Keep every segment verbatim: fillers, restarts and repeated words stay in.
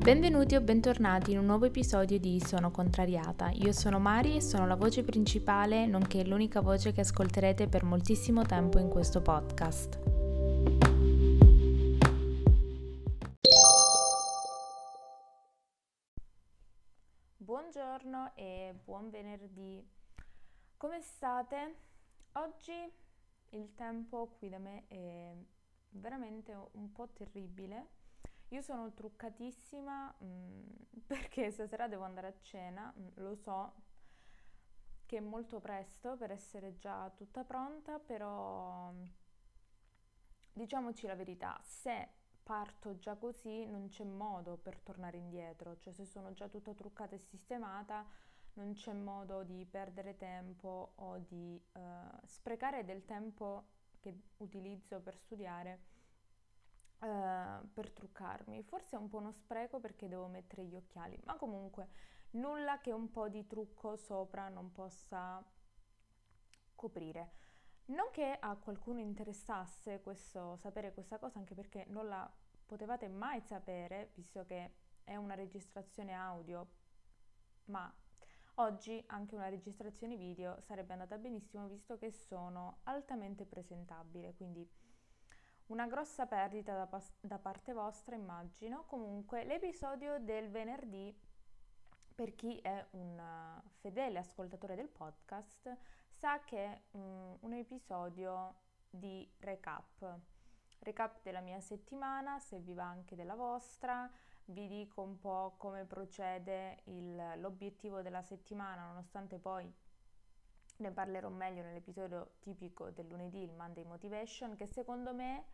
Benvenuti o bentornati in un nuovo episodio di Sono Contrariata. Io sono Mari e sono la voce principale, nonché l'unica voce che ascolterete per moltissimo tempo in questo podcast. Buongiorno e buon venerdì. Come state? Oggi il tempo qui da me è veramente un po' terribile. Io sono truccatissima mh, perché stasera devo andare a cena, mh, lo so che è molto presto per essere già tutta pronta, però diciamoci la verità, se parto già così non c'è modo per tornare indietro, cioè se sono già tutta truccata e sistemata non c'è modo di perdere tempo o di uh, sprecare del tempo che utilizzo per studiare Uh, per truccarmi. Forse è un po' uno spreco perché devo mettere gli occhiali, ma comunque nulla che un po' di trucco sopra non possa coprire. Non che a qualcuno interessasse questo, sapere questa cosa, anche perché non la potevate mai sapere, visto che è una registrazione audio, ma oggi anche una registrazione video sarebbe andata benissimo, visto che sono altamente presentabile, quindi una grossa perdita da, pas- da parte vostra, immagino. Comunque, l'episodio del venerdì, per chi è un uh, fedele ascoltatore del podcast, sa che è um, un episodio di recap. Recap della mia settimana, se vi va anche della vostra. Vi dico un po' come procede il, l'obiettivo della settimana, nonostante poi ne parlerò meglio nell'episodio tipico del lunedì, il Monday Motivation, che secondo me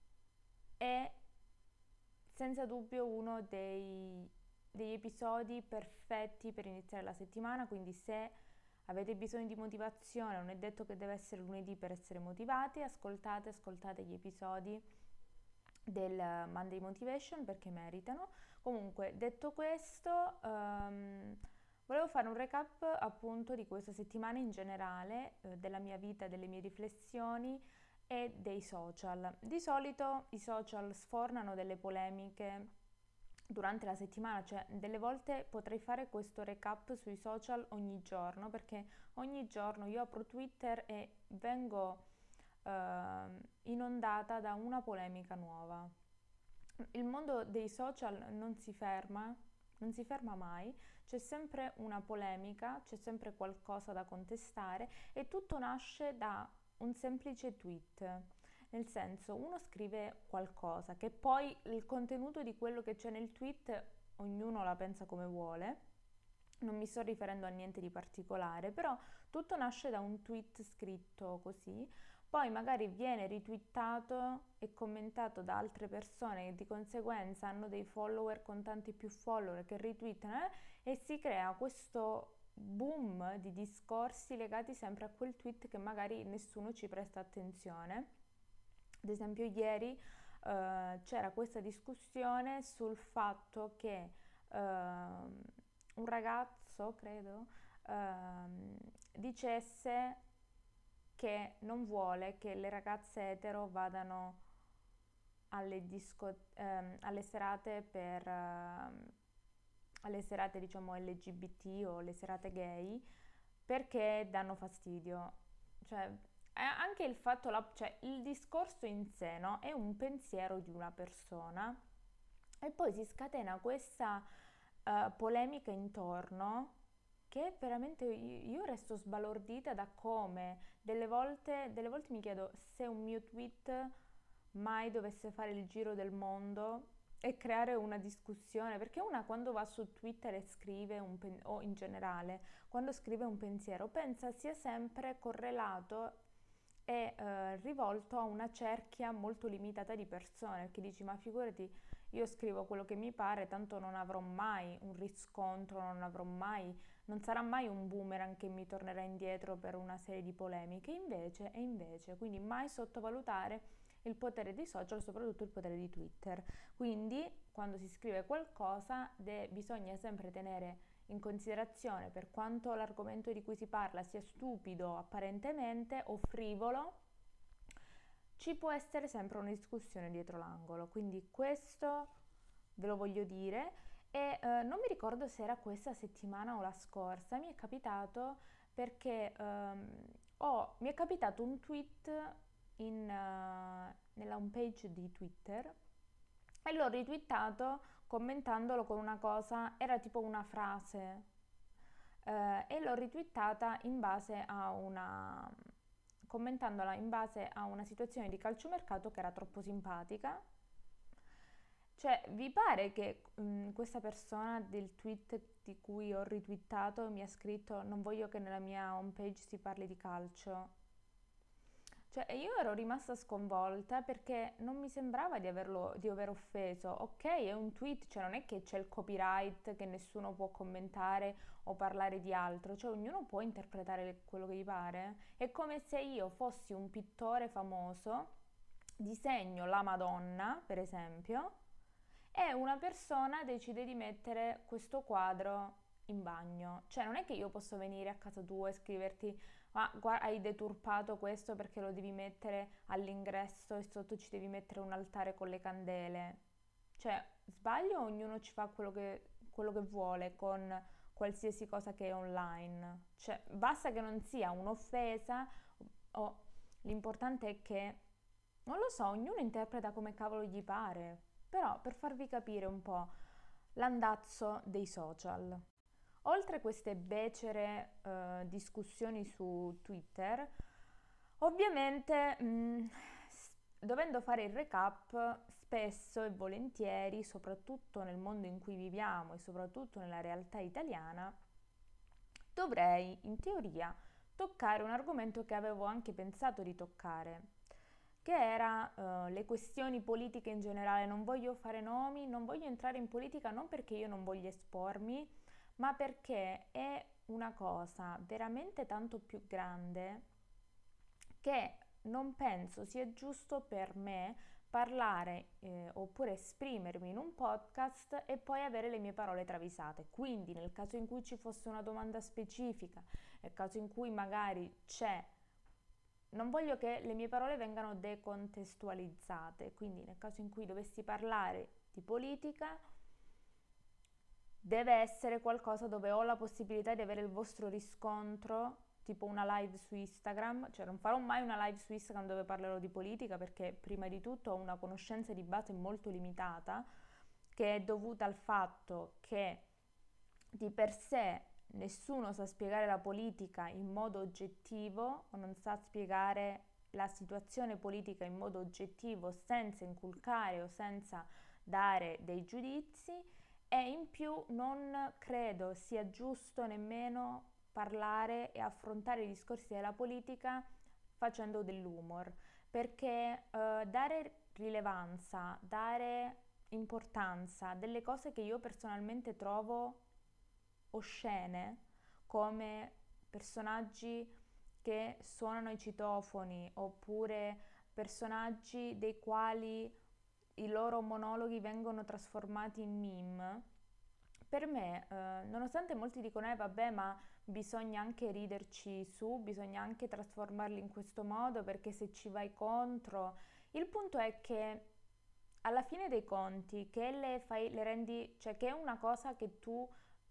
è senza dubbio uno dei, degli episodi perfetti per iniziare la settimana, quindi se avete bisogno di motivazione, non è detto che deve essere lunedì per essere motivati, ascoltate, ascoltate gli episodi del Monday Motivation perché meritano. Comunque, detto questo, um, volevo fare un recap appunto di questa settimana in generale, eh, della mia vita, delle mie riflessioni e dei social. Di solito i social sfornano delle polemiche durante la settimana, cioè delle volte potrei fare questo recap sui social ogni giorno, perché ogni giorno io apro Twitter e vengo uh, inondata da una polemica nuova. Il mondo dei social non si ferma, non si ferma mai, c'è sempre una polemica, c'è sempre qualcosa da contestare e tutto nasce da un semplice tweet, nel senso uno scrive qualcosa che poi il contenuto di quello che c'è nel tweet ognuno la pensa come vuole, non mi sto riferendo a niente di particolare, però tutto nasce da un tweet scritto così, poi magari viene ritwittato e commentato da altre persone che di conseguenza hanno dei follower con tanti più follower che ritwittano eh, e si crea questo boom di discorsi legati sempre a quel tweet che magari nessuno ci presta attenzione. Ad esempio ieri uh, c'era questa discussione sul fatto che uh, un ragazzo, credo, uh, dicesse che non vuole che le ragazze etero vadano alle, disco, ehm, alle serate per... Uh, alle serate diciamo L G B T o le serate gay perché danno fastidio. Cioè, anche il fatto, la, cioè il discorso in sé, no? È un pensiero di una persona e poi si scatena questa uh, polemica intorno che veramente io resto sbalordita da come delle volte, delle volte mi chiedo se un mio tweet mai dovesse fare il giro del mondo e creare una discussione, perché una quando va su Twitter e scrive un pen- o in generale quando scrive un pensiero pensa sia sempre correlato e eh, rivolto a una cerchia molto limitata di persone, perché dici ma figurati io scrivo quello che mi pare, tanto non avrò mai un riscontro, non avrò mai, non sarà mai un boomerang che mi tornerà indietro per una serie di polemiche, invece e invece, quindi mai sottovalutare il potere dei social, soprattutto il potere di Twitter. Quindi quando si scrive qualcosa de- bisogna sempre tenere in considerazione, per quanto l'argomento di cui si parla sia stupido apparentemente o frivolo, ci può essere sempre una discussione dietro l'angolo, quindi questo ve lo voglio dire. E eh, non mi ricordo se era questa settimana o la scorsa, mi è capitato perché ehm, ho- mi è capitato un tweet in, eh, nella homepage di Twitter e l'ho retweetato commentandolo con una cosa, era tipo una frase, eh, e l'ho retweetata in base a una, commentandola in base a una situazione di calciomercato che era troppo simpatica. Cioè, vi pare che mh, questa persona del tweet di cui ho retweetato mi ha scritto non voglio che nella mia homepage si parli di calcio? Cioè, io ero rimasta sconvolta perché non mi sembrava di averlo, di aver offeso. Ok, è un tweet, cioè non è che c'è il copyright che nessuno può commentare o parlare di altro, cioè ognuno può interpretare le- quello che gli pare. È come se io fossi un pittore famoso, disegno la Madonna, per esempio, e una persona decide di mettere questo quadro in bagno. Cioè non è che io posso venire a casa tua e scriverti ma guarda, hai deturpato questo perché lo devi mettere all'ingresso e sotto ci devi mettere un altare con le candele. Cioè, sbaglio o ognuno ci fa quello che, quello che vuole con qualsiasi cosa che è online? Cioè, basta che non sia un'offesa o l'importante è che, non lo so, ognuno interpreta come cavolo gli pare. Però, per farvi capire un po' l'andazzo dei social. Oltre queste becere eh, discussioni su Twitter, ovviamente mh, s- dovendo fare il recap, spesso e volentieri, soprattutto nel mondo in cui viviamo e soprattutto nella realtà italiana, dovrei in teoria toccare un argomento che avevo anche pensato di toccare, che era eh, le questioni politiche in generale. Non voglio fare nomi, non voglio entrare in politica non perché io non voglio espormi, ma perché è una cosa veramente tanto più grande che non penso sia giusto per me parlare eh, oppure esprimermi in un podcast e poi avere le mie parole travisate. Quindi nel caso in cui ci fosse una domanda specifica, nel caso in cui magari c'è, non voglio che le mie parole vengano decontestualizzate, quindi nel caso in cui dovessi parlare di politica, deve essere qualcosa dove ho la possibilità di avere il vostro riscontro, tipo una live su Instagram, cioè non farò mai una live su Instagram dove parlerò di politica perché prima di tutto ho una conoscenza di base molto limitata, che è dovuta al fatto che di per sé nessuno sa spiegare la politica in modo oggettivo o non sa spiegare la situazione politica in modo oggettivo senza inculcare o senza dare dei giudizi, e in più non credo sia giusto nemmeno parlare e affrontare i discorsi della politica facendo dell'humor, perché eh, dare rilevanza, dare importanza a delle cose che io personalmente trovo oscene, come personaggi che suonano i citofoni oppure personaggi dei quali i loro monologhi vengono trasformati in meme, per me, eh, nonostante molti dicono, eh vabbè, ma bisogna anche riderci su, bisogna anche trasformarli in questo modo perché se ci vai contro, il punto è che alla fine dei conti, che le fai, le rendi, cioè che è una cosa che tu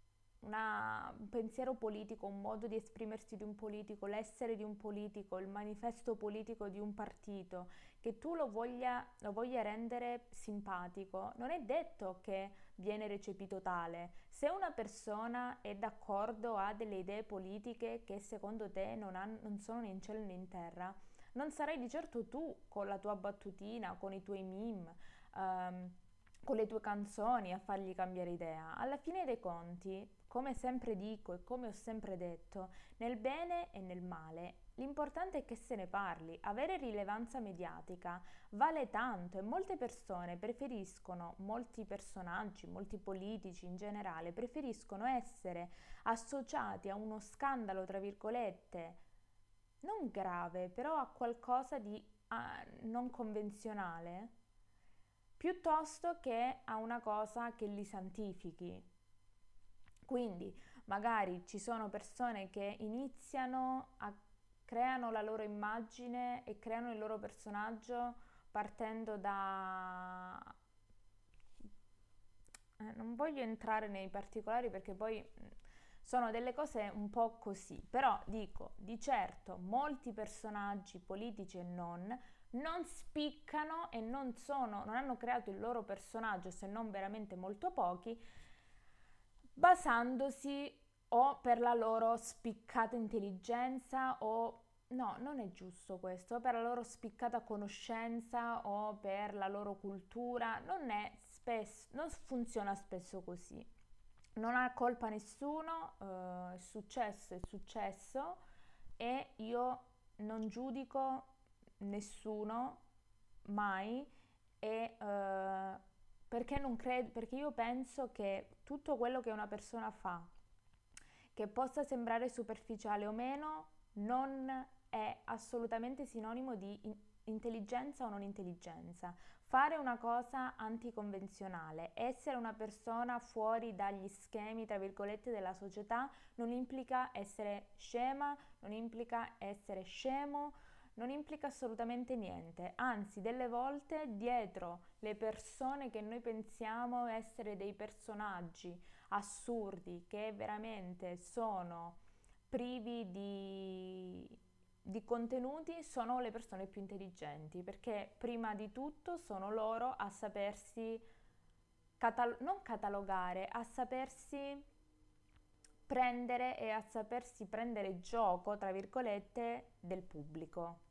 una- un pensiero politico, un modo di esprimersi di un politico, l'essere di un politico, il manifesto politico di un partito, che tu lo voglia, lo voglia rendere simpatico, non è detto che viene recepito tale. Se una persona è d'accordo, ha delle idee politiche che secondo te non, han- non sono né in cielo né in terra, non sarai di certo tu con la tua battutina, con i tuoi meme, ehm, con le tue canzoni a fargli cambiare idea. Alla fine dei conti, come sempre dico e come ho sempre detto, nel bene e nel male, l'importante è che se ne parli. Avere rilevanza mediatica vale tanto e molte persone preferiscono, molti personaggi, molti politici in generale, preferiscono essere associati a uno scandalo, tra virgolette, non grave, però a qualcosa di ah, non convenzionale, piuttosto che a una cosa che li santifichi. Quindi magari ci sono persone che iniziano a creano la loro immagine e creano il loro personaggio partendo da eh, non voglio entrare nei particolari perché poi mh, sono delle cose un po' così, però dico, di certo molti personaggi politici e non non spiccano e non sono, non hanno creato il loro personaggio, se non veramente molto pochi, basandosi o per la loro spiccata intelligenza o no, non è giusto questo, per la loro spiccata conoscenza o per la loro cultura, non è spesso, non funziona spesso così. Non ha colpa nessuno, eh, è successo, è successo e io non giudico nessuno mai e eh, perché non credo, perché io penso che tutto quello che una persona fa, che possa sembrare superficiale o meno, non è assolutamente sinonimo di in- intelligenza o non intelligenza. Fare una cosa anticonvenzionale, essere una persona fuori dagli schemi, tra virgolette, della società, non implica essere scema, non implica essere scemo, non implica assolutamente niente, anzi delle volte dietro le persone che noi pensiamo essere dei personaggi assurdi, che veramente sono privi di, di contenuti, sono le persone più intelligenti, perché prima di tutto sono loro a sapersi, catal- non catalogare, a sapersi prendere e a sapersi prendere gioco, tra virgolette, del pubblico.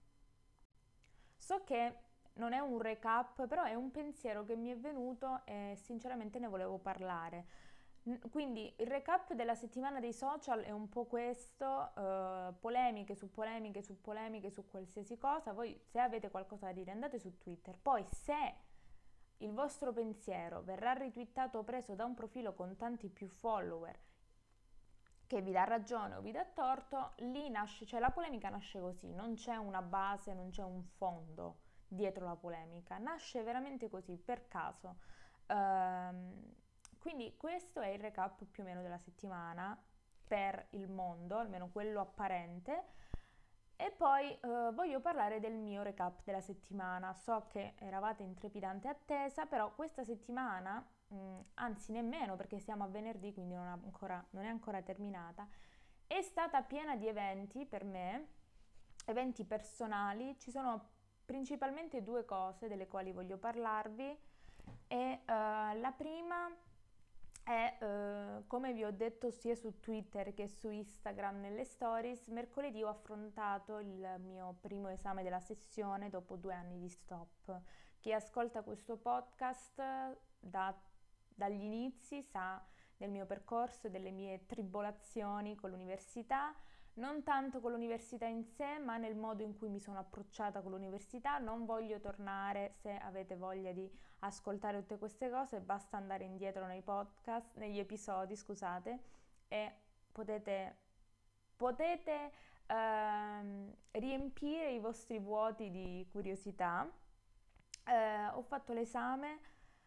So che non è un recap, però è un pensiero che mi è venuto e sinceramente ne volevo parlare. Quindi il recap della settimana dei social è un po' questo, eh, polemiche su polemiche su polemiche su qualsiasi cosa. Voi se avete qualcosa da dire andate su Twitter. Poi se il vostro pensiero verrà ritwittato o preso da un profilo con tanti più follower che vi dà ragione o vi dà torto, lì nasce, cioè la polemica nasce così, non c'è una base, non c'è un fondo dietro la polemica, nasce veramente così, per caso. Ehm, quindi questo è il recap più o meno della settimana per il mondo, almeno quello apparente. E poi eh, voglio parlare del mio recap della settimana. So che eravate in trepidante attesa, però questa settimana, mh, anzi nemmeno perché siamo a venerdì, quindi non, ha ancora, non è ancora terminata, è stata piena di eventi per me, eventi personali. Ci sono principalmente due cose delle quali voglio parlarvi e eh, la prima è, eh, come vi ho detto sia su Twitter che su Instagram nelle stories, mercoledì ho affrontato il mio primo esame della sessione dopo due anni di stop. Chi ascolta questo podcast da, dagli inizi sa del mio percorso e delle mie tribolazioni con l'università, non tanto con l'università in sé, ma nel modo in cui mi sono approcciata con l'università. Non voglio tornare, se avete voglia di ascoltare tutte queste cose, basta andare indietro nei podcast, negli episodi, scusate, e potete, potete ehm, riempire i vostri vuoti di curiosità. Eh, ho fatto l'esame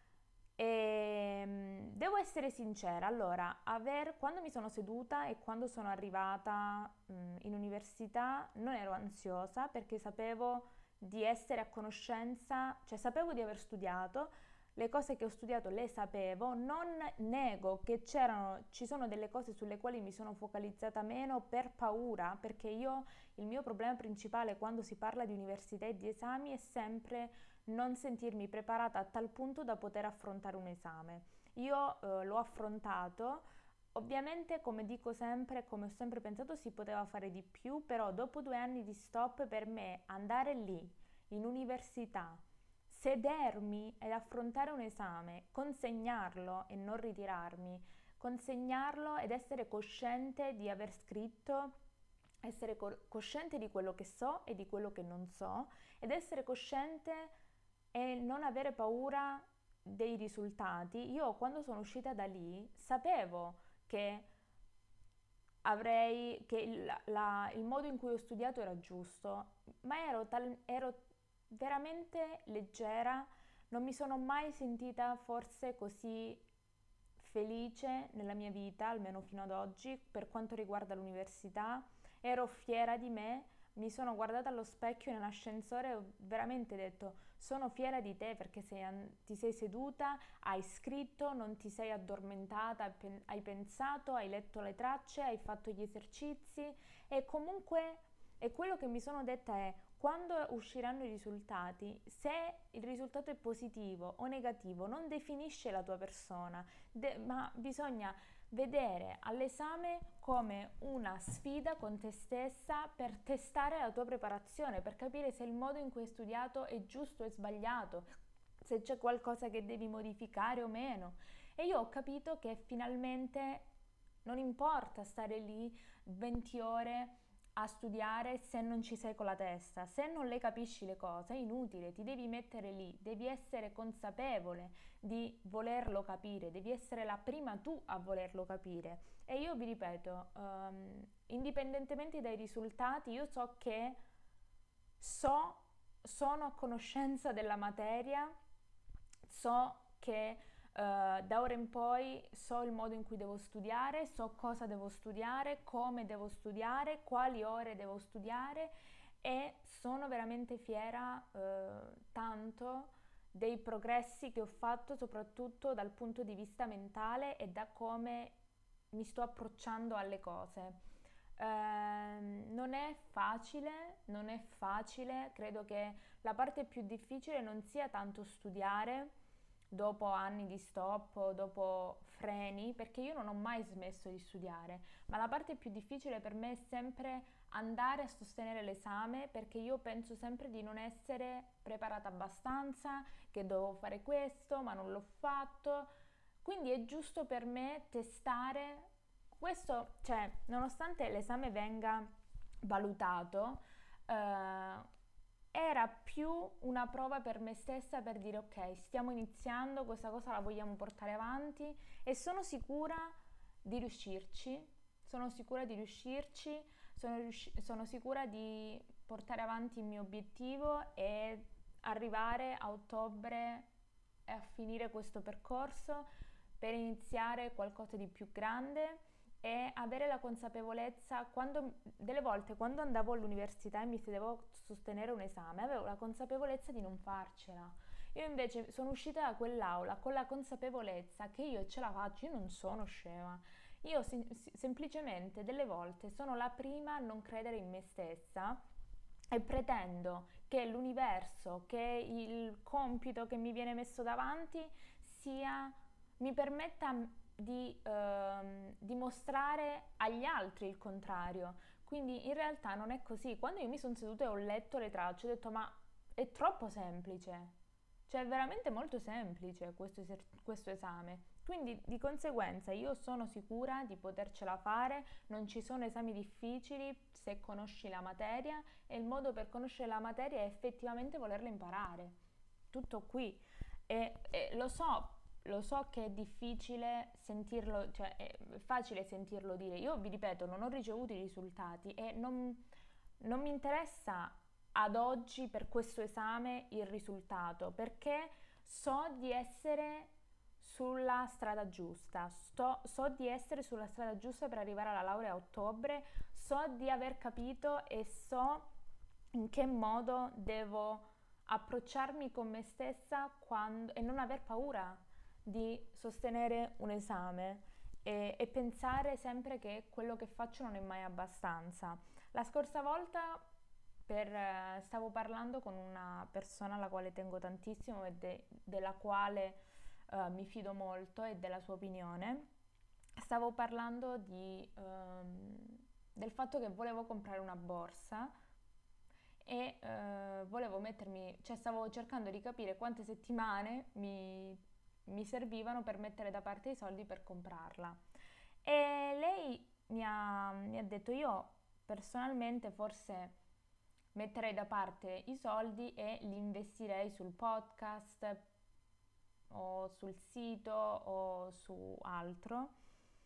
e mm, devo essere sincera, allora, aver, quando mi sono seduta e quando sono arrivata mm, in università non ero ansiosa perché sapevo di essere a conoscenza, cioè sapevo di aver studiato, le cose che ho studiato le sapevo, non nego che c'erano, ci sono delle cose sulle quali mi sono focalizzata meno per paura, perché io il mio problema principale quando si parla di università e di esami è sempre non sentirmi preparata a tal punto da poter affrontare un esame. Io eh, l'ho affrontato, ovviamente come dico sempre, come ho sempre pensato si poteva fare di più, però dopo due anni di stop per me andare lì, in università, sedermi ed affrontare un esame, consegnarlo e non ritirarmi, consegnarlo ed essere cosciente di aver scritto, essere co- cosciente di quello che so e di quello che non so ed essere cosciente e non avere paura dei risultati. Io quando sono uscita da lì sapevo che avrei, che il, la- il modo in cui ho studiato era giusto, ma ero, tal- ero veramente leggera, non mi sono mai sentita forse così felice nella mia vita, almeno fino ad oggi, per quanto riguarda l'università. Ero fiera di me, mi sono guardata allo specchio nell'ascensore e ho veramente detto sono fiera di te perché sei, ti sei seduta, hai scritto, non ti sei addormentata, hai pensato, hai letto le tracce, hai fatto gli esercizi e comunque e quello che mi sono detta è quando usciranno i risultati, se il risultato è positivo o negativo, non definisce la tua persona, de- ma bisogna vedere all'esame come una sfida con te stessa per testare la tua preparazione, per capire se il modo in cui hai studiato è giusto o sbagliato, se c'è qualcosa che devi modificare o meno. E io ho capito che finalmente non importa stare lì venti ore a studiare se non ci sei con la testa, se non le capisci le cose, è inutile, ti devi mettere lì, devi essere consapevole di volerlo capire, devi essere la prima tu a volerlo capire. E io vi ripeto, um, indipendentemente dai risultati, io so che so, sono a conoscenza della materia, so che Uh, da ora in poi so il modo in cui devo studiare, so cosa devo studiare, come devo studiare, quali ore devo studiare e sono veramente fiera uh, tanto dei progressi che ho fatto soprattutto dal punto di vista mentale e da come mi sto approcciando alle cose. Uh, non è facile, non è facile, credo che la parte più difficile non sia tanto studiare dopo anni di stop, dopo freni, perché io non ho mai smesso di studiare, ma la parte più difficile per me è sempre andare a sostenere l'esame perché io penso sempre di non essere preparata abbastanza, che devo fare questo, ma non l'ho fatto. Quindi è giusto per me testare questo, cioè, nonostante l'esame venga valutato, eh, era più una prova per me stessa per dire ok, stiamo iniziando, questa cosa la vogliamo portare avanti e sono sicura di riuscirci, sono sicura di riuscirci, sono, riusci- sono sicura di portare avanti il mio obiettivo e arrivare a ottobre e a finire questo percorso per iniziare qualcosa di più grande e avere la consapevolezza, quando, delle volte quando andavo all'università e mi sedevo a sostenere un esame, avevo la consapevolezza di non farcela. Io invece sono uscita da quell'aula con la consapevolezza che io ce la faccio, io non sono scema. Io si, si, semplicemente delle volte sono la prima a non credere in me stessa e pretendo che l'universo, che il compito che mi viene messo davanti sia, mi permetta di ehm, dimostrare agli altri il contrario. Quindi in realtà non è così. Quando io mi sono seduta e ho letto le tracce, ho detto ma è troppo semplice. Cioè è veramente molto semplice questo, eser- questo esame. Quindi di conseguenza io sono sicura di potercela fare, non ci sono esami difficili se conosci la materia e il modo per conoscere la materia è effettivamente volerla imparare. Tutto qui. E, e lo so, lo so che è difficile sentirlo, cioè è facile sentirlo dire. Io vi ripeto, non ho ricevuto i risultati e non, non mi interessa ad oggi per questo esame il risultato, perché so di essere sulla strada giusta, Sto, so di essere sulla strada giusta per arrivare alla laurea a ottobre, so di aver capito e so in che modo devo approcciarmi con me stessa quando, e non aver paura di sostenere un esame e, e pensare sempre che quello che faccio non è mai abbastanza. La scorsa volta per, eh, stavo parlando con una persona alla quale tengo tantissimo e de- della quale eh, mi fido molto e della sua opinione. Stavo parlando di, ehm, del fatto che volevo comprare una borsa e eh, volevo mettermi, cioè stavo cercando di capire quante settimane mi, mi servivano per mettere da parte i soldi per comprarla. E lei mi ha, mi ha detto io personalmente forse metterei da parte i soldi e li investirei sul podcast o sul sito o su altro.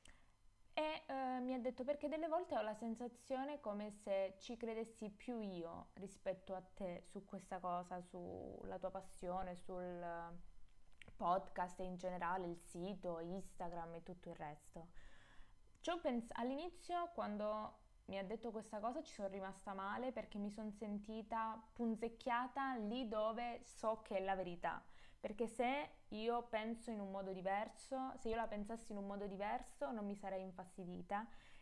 E eh, mi ha detto perché delle volte ho la sensazione come se ci credessi più io rispetto a te su questa cosa, sulla tua passione, sul podcast e in generale il sito, Instagram e tutto il resto. Ci ho pens- all'inizio quando mi ha detto questa cosa ci sono rimasta male perché mi sono sentita punzecchiata lì dove so che è la verità. Perché se io penso in un modo diverso, se io la pensassi in un modo diverso, non mi sarei infastidita.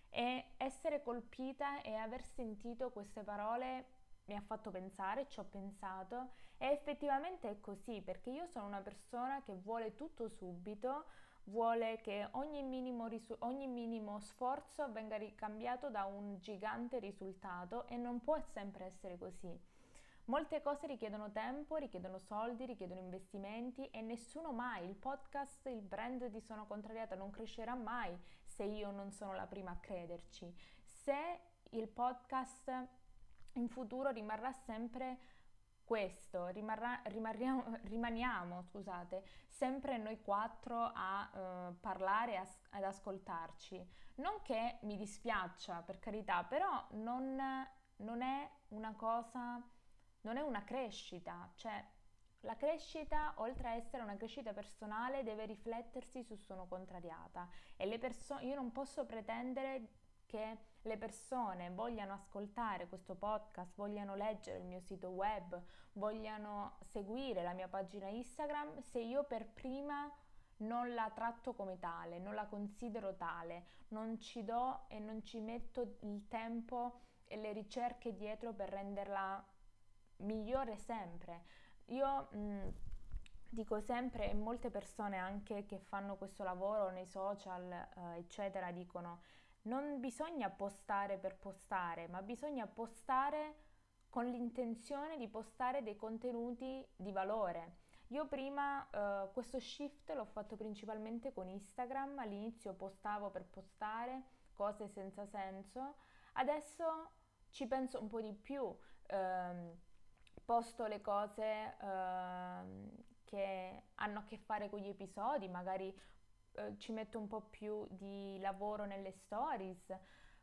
E essere colpita e aver sentito queste parole mi ha fatto pensare, ci ho pensato e effettivamente è così, perché io sono una persona che vuole tutto subito, vuole che ogni minimo, risu- ogni minimo sforzo venga ricambiato da un gigante risultato e non può sempre essere così. Molte cose richiedono tempo, richiedono soldi, richiedono investimenti e nessuno mai, il podcast, il brand di Sono Contrariata non crescerà mai se io non sono la prima a crederci. Se il podcast in futuro rimarrà sempre questo, rimarrà, rimarriamo, rimaniamo, scusate, sempre noi quattro a eh, parlare e as- ad ascoltarci. Non che mi dispiaccia, per carità, però non, non è una cosa, non è una crescita, cioè la crescita, oltre a essere una crescita personale, deve riflettersi su Sono Contrariata e le persone, io non posso pretendere che le persone vogliano ascoltare questo podcast, vogliano leggere il mio sito web, vogliano seguire la mia pagina Instagram se io per prima non la tratto come tale, non la considero tale, non ci do e non ci metto il tempo e le ricerche dietro per renderla migliore sempre. Io mh, dico sempre, e molte persone anche che fanno questo lavoro nei social, eh, eccetera, dicono non bisogna postare per postare, ma bisogna postare con l'intenzione di postare dei contenuti di valore. Io prima eh, questo shift l'ho fatto principalmente con Instagram, all'inizio postavo per postare cose senza senso, adesso ci penso un po' di più, ehm, posto le cose ehm, che hanno a che fare con gli episodi, magari eh, ci metto un po' più di lavoro nelle stories,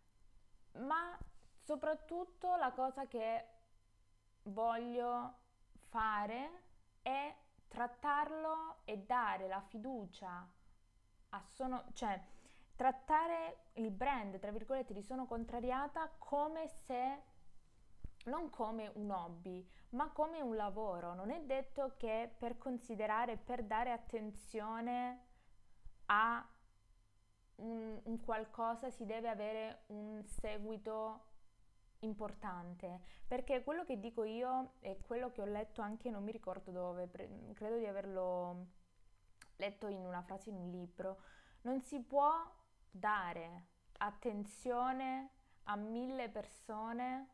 ma soprattutto la cosa che voglio fare è trattarlo e dare la fiducia a sono, cioè trattare il brand, tra virgolette, di Sono Contrariata come se non come un hobby, ma come un lavoro. Non è detto che per considerare, per dare attenzione a un, un qualcosa si deve avere un seguito importante, perché quello che dico io e quello che ho letto anche, non mi ricordo dove, pre- credo di averlo letto in una frase in un libro, non si può dare attenzione a mille persone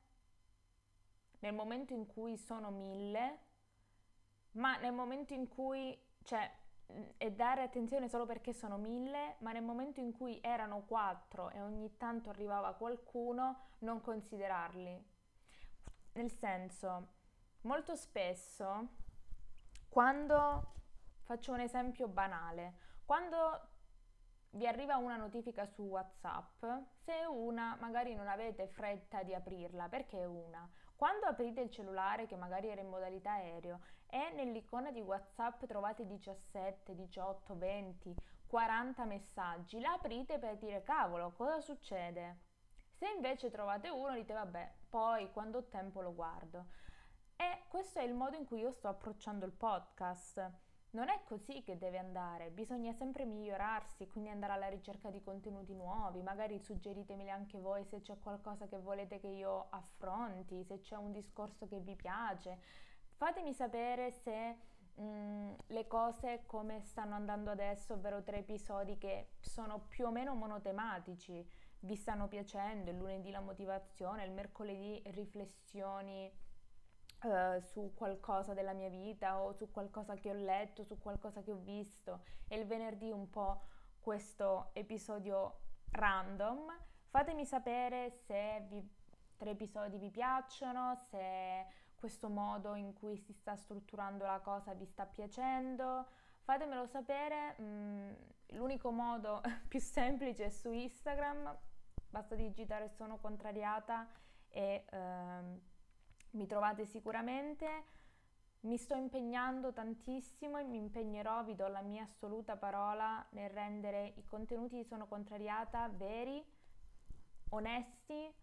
nel momento in cui sono mille, ma nel momento in cui, cioè, e dare attenzione solo perché sono mille, ma nel momento in cui erano quattro e ogni tanto arrivava qualcuno, non considerarli. Nel senso, molto spesso, quando, faccio un esempio banale, quando vi arriva una notifica su WhatsApp, se è una, magari non avete fretta di aprirla, perché è una. Quando aprite il cellulare, che magari era in modalità aereo, e nell'icona di WhatsApp trovate diciassette, diciotto, venti, quaranta messaggi, la aprite per dire cavolo, cosa succede? Se invece trovate uno, dite vabbè, poi quando ho tempo lo guardo. E questo è il modo in cui io sto approcciando il podcast. Non è così che deve andare, bisogna sempre migliorarsi, quindi andare alla ricerca di contenuti nuovi, magari suggeritemeli anche voi se c'è qualcosa che volete che io affronti, se c'è un discorso che vi piace. Fatemi sapere se mh, le cose come stanno andando adesso, ovvero tre episodi che sono più o meno monotematici, vi stanno piacendo, il lunedì la motivazione, il mercoledì riflessioni eh, su qualcosa della mia vita o su qualcosa che ho letto, su qualcosa che ho visto e il venerdì un po' questo episodio random. Fatemi sapere se vi, tre episodi vi piacciono, se questo modo in cui si sta strutturando la cosa vi sta piacendo. Fatemelo sapere, mm, l'unico modo più semplice è su Instagram, basta digitare Sono Contrariata e ehm, mi trovate sicuramente. Mi sto impegnando tantissimo e mi impegnerò, vi do la mia assoluta parola, nel rendere i contenuti di Sono Contrariata veri, onesti,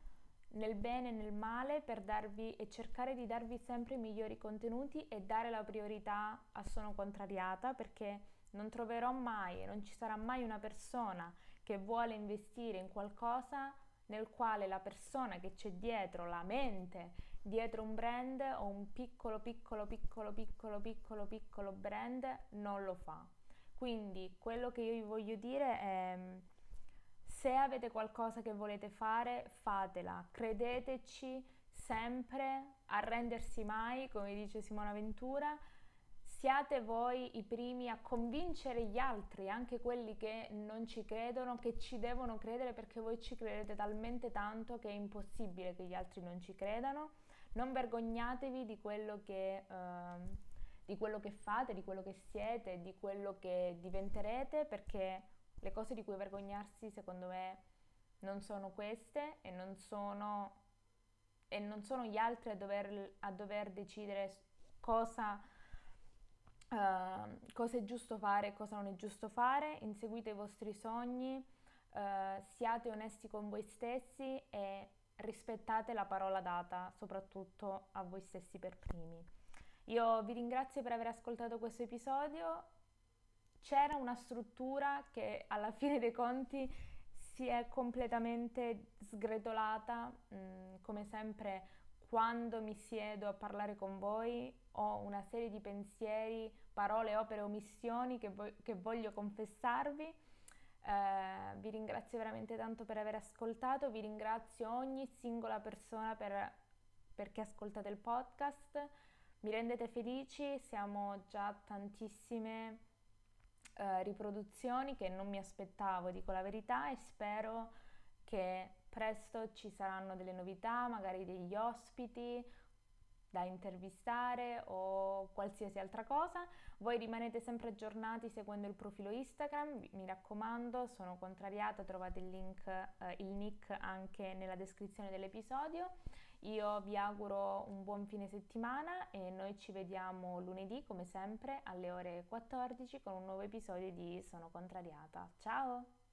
nel bene e nel male per darvi e cercare di darvi sempre i migliori contenuti e dare la priorità a Sono Contrariata, perché non troverò mai e non ci sarà mai una persona che vuole investire in qualcosa nel quale la persona che c'è dietro, la mente, dietro un brand o un piccolo piccolo piccolo piccolo piccolo piccolo brand non lo fa. Quindi quello che io vi voglio dire è: se avete qualcosa che volete fare, fatela, credeteci sempre, arrendersi mai, come dice Simona Ventura. Siate voi i primi a convincere gli altri, anche quelli che non ci credono, che ci devono credere, perché voi ci credete talmente tanto che è impossibile che gli altri non ci credano. Non vergognatevi di quello che, eh, di quello che fate, di quello che siete, di quello che diventerete, perché le cose di cui vergognarsi, secondo me, non sono queste e non sono, e non sono gli altri a dover, a dover decidere cosa, uh, cosa è giusto fare e cosa non è giusto fare. Inseguite i vostri sogni, uh, siate onesti con voi stessi e rispettate la parola data, soprattutto a voi stessi per primi. Io vi ringrazio per aver ascoltato questo episodio. C'era una struttura che alla fine dei conti si è completamente sgretolata. Mm, come sempre, quando mi siedo a parlare con voi ho una serie di pensieri, parole, opere, omissioni che, vo- che voglio confessarvi. Eh, vi ringrazio veramente tanto per aver ascoltato, vi ringrazio ogni singola persona per, perché ascoltate il podcast, mi rendete felici, siamo già tantissime eh, riproduzioni che non mi aspettavo, dico la verità, e spero che presto ci saranno delle novità, magari degli ospiti da intervistare o qualsiasi altra cosa. Voi rimanete sempre aggiornati seguendo il profilo Instagram, mi raccomando, Sono Contrariata, trovate il link, eh, il nick anche nella descrizione dell'episodio. Io vi auguro un buon fine settimana e noi ci vediamo lunedì come sempre alle ore quattordici con un nuovo episodio di Sono Contrariata. Ciao!